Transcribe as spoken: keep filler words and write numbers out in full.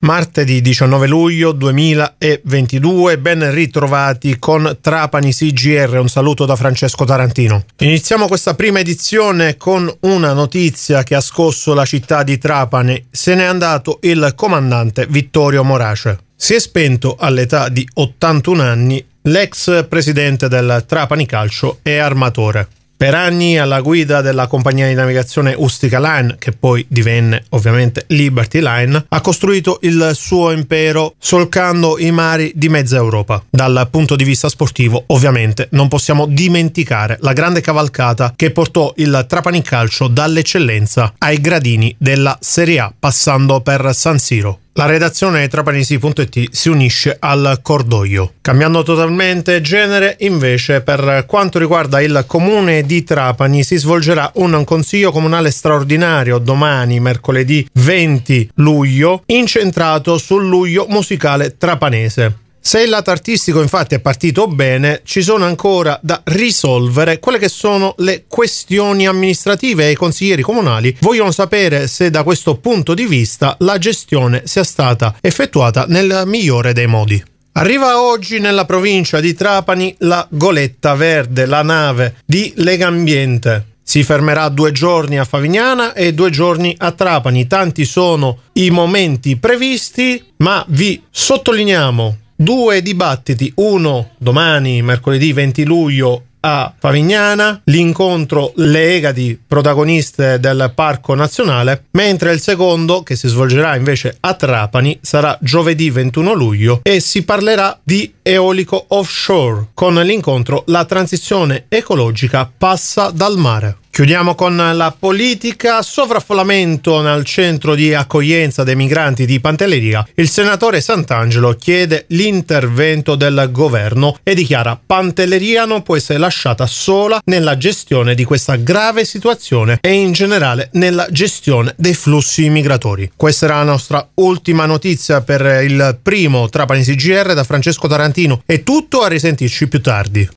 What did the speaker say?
martedì diciannove luglio duemilaventidue, ben ritrovati con Trapani C G R, un saluto da Francesco Tarantino. Iniziamo questa prima edizione con una notizia che ha scosso la città di Trapani. Se n'è andato il comandante Vittorio Morace. Si è spento all'età di ottantuno anni l'ex presidente del Trapani Calcio e armatore. Per anni alla guida della compagnia di navigazione Ustica Line, che poi divenne ovviamente Liberty Line, ha costruito il suo impero solcando i mari di mezza Europa. Dal punto di vista sportivo, ovviamente, non possiamo dimenticare la grande cavalcata che portò il Trapani Calcio dall'eccellenza ai gradini della Serie A, passando per San Siro. La redazione trapanisi punto it si unisce al cordoglio. Cambiando totalmente genere, invece, per quanto riguarda il comune di Trapani, si svolgerà un consiglio comunale straordinario domani, mercoledì venti luglio, incentrato sul luglio musicale trapanese. Se il lato artistico infatti è partito bene, ci sono ancora da risolvere quelle che sono le questioni amministrative e i consiglieri comunali vogliono sapere se da questo punto di vista la gestione sia stata effettuata nel migliore dei modi. Arriva oggi nella provincia di Trapani la Goletta Verde, la nave di Legambiente. Si fermerà due giorni a Favignana e due giorni a Trapani. Tanti sono i momenti previsti, ma vi sottolineiamo due dibattiti, uno domani, mercoledì venti luglio a Favignana, l'incontro Le Egadi, protagoniste del Parco Nazionale, mentre il secondo, che si svolgerà invece a Trapani, sarà giovedì ventuno luglio e si parlerà di eolico offshore, con l'incontro La transizione ecologica passa dal mare. Chiudiamo con la politica. Sovraffollamento nel centro di accoglienza dei migranti di Pantelleria. Il senatore Sant'Angelo chiede l'intervento del governo e dichiara: Pantelleria non può essere lasciata sola nella gestione di questa grave situazione e in generale nella gestione dei flussi migratori. Questa era la nostra ultima notizia per il primo Trapani C G R. Da Francesco Tarantino è tutto, a risentirci più tardi.